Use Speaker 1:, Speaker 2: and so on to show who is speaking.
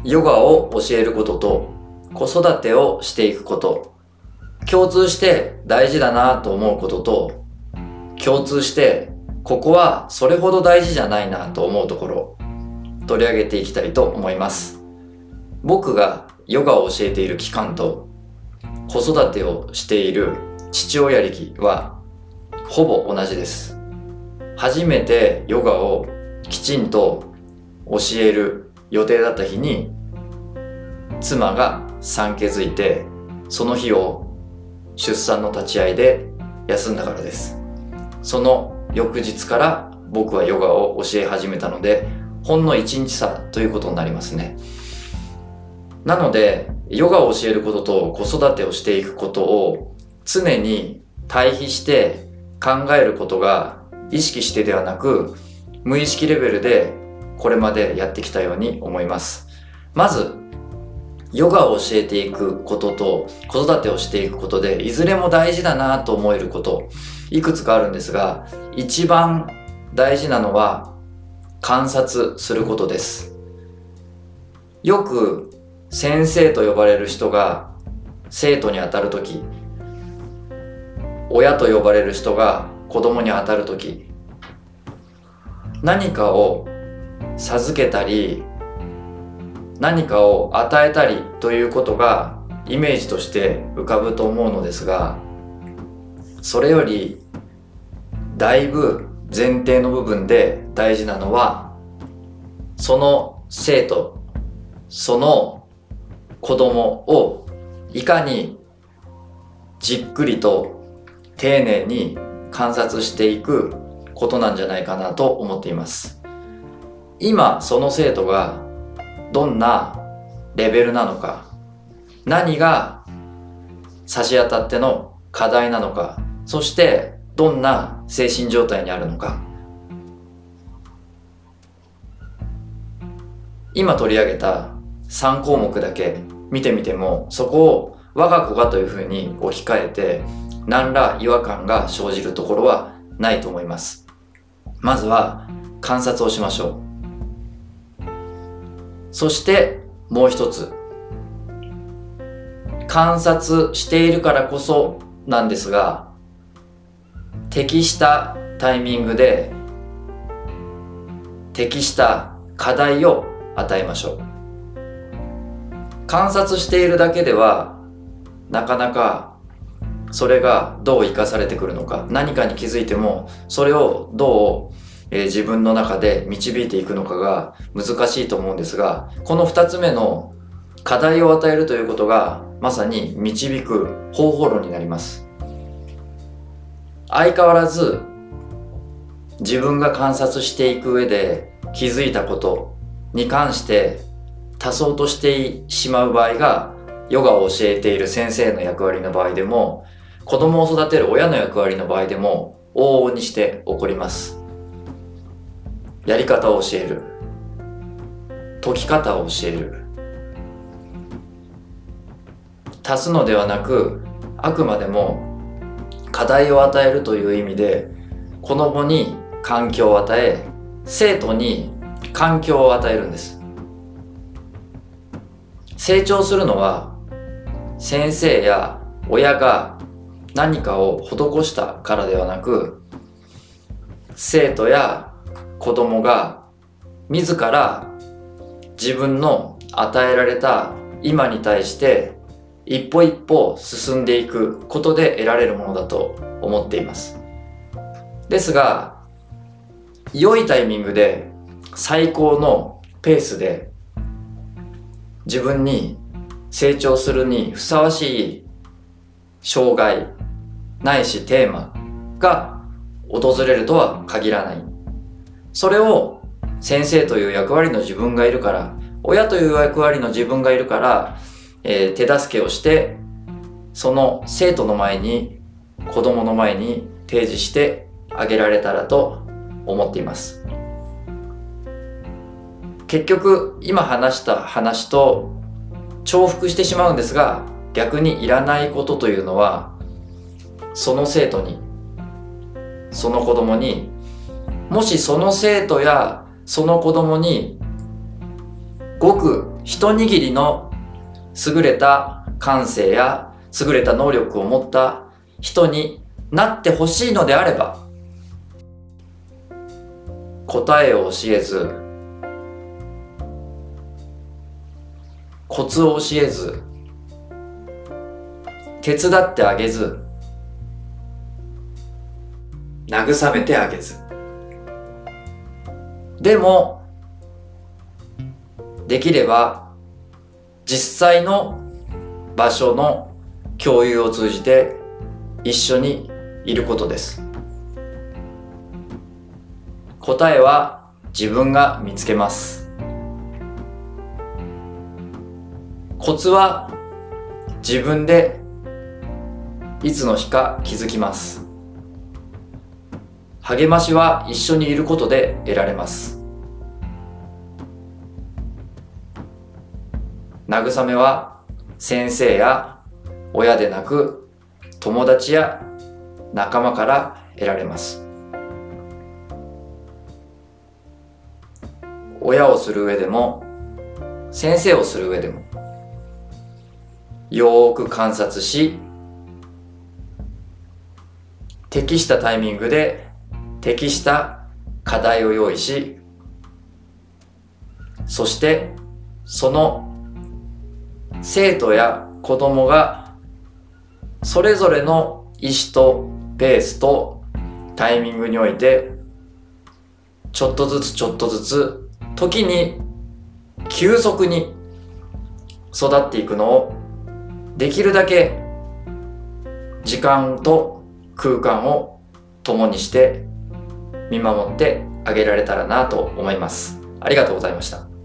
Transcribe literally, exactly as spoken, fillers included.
Speaker 1: ヨガを教えることと子育てをしていくこと、共通して大事だなと思うことと、共通してここはそれほど大事じゃないなと思うところ、取り上げていきたいと思います。僕がヨガを教えている期間と子育てをしている父親歴はほぼ同じです。初めてヨガをきちんと教える予定だった日に妻が産気づいて、その日を出産の立ち会いで休んだからです。その翌日から僕はヨガを教え始めたので、ほんのいちにち差ということになりますね。なのでヨガを教えることと子育てをしていくことを常に対比して考えることが意識してではなく、無意識レベルでこれまでやってきたように思います。まずヨガを教えていくことと子育てをしていくことでいずれも大事だなと思えることいくつかあるんですが、一番大事なのは観察することです。よく先生と呼ばれる人が生徒に当たるとき、親と呼ばれる人が子供に当たるとき、何かを授けたり何かを与えたりということがイメージとして浮かぶと思うのですが、それよりだいぶ前提の部分で大事なのは、その生徒、その子供をいかにじっくりと丁寧に観察していくことなんじゃないかなと思っています。今その生徒がどんなレベルなのか、何が差し当たっての課題なのか、そしてどんな精神状態にあるのか、今取り上げたさん項目だけ見てみても、そこを我が子がというふうに置き換えて何ら違和感が生じるところはないと思います。まずは観察をしましょう。そしてもう一つ、観察しているからこそなんですが、適したタイミングで適した課題を与えましょう。観察しているだけではなかなかそれがどう生かされてくるのか、何かに気づいてもそれをどうえー、自分の中で導いていくのかが難しいと思うんですが、この二つ目の課題を与えるということがまさに導く方法論になります。相変わらず自分が観察していく上で気づいたことに関して足そうとしてしまう場合が、ヨガを教えている先生の役割の場合でも、子供を育てる親の役割の場合でも往々にして起こります。やり方を教える、解き方を教える、足すのではなく、あくまでも課題を与えるという意味で子供に環境を与え、生徒に環境を与えるんです。成長するのは先生や親が何かを施したからではなく、生徒や子供が自ら自分の与えられた今に対して一歩一歩進んでいくことで得られるものだと思っています。ですが、良いタイミングで最高のペースで自分に成長するにふさわしい障害ないしテーマが訪れるとは限らない。それを先生という役割の自分がいるから、親という役割の自分がいるから、えー、手助けをしてその生徒の前に、子供の前に提示してあげられたらと思っています。結局今話した話と重複してしまうんですが、逆にいらないことというのは、その生徒に、その子供に、もしその生徒やその子供にごく一握りの優れた感性や優れた能力を持った人になってほしいのであれば、答えを教えず、コツを教えず、手伝ってあげず、慰めてあげず、でもできれば実際の場所の共有を通じて一緒にいることです。答えは自分が見つけます。コツは自分でいつの日か気づきます。励ましは一緒にいることで得られます。慰めは先生や親でなく友達や仲間から得られます。親をする上でも先生をする上でもよーく観察し、適したタイミングで適した課題を用意し、そしてその生徒や子供がそれぞれの意思とペースとタイミングにおいてちょっとずつちょっとずつ時に急速に育っていくのをできるだけ時間と空間を共にして見守ってあげられたらなと思います。ありがとうございました。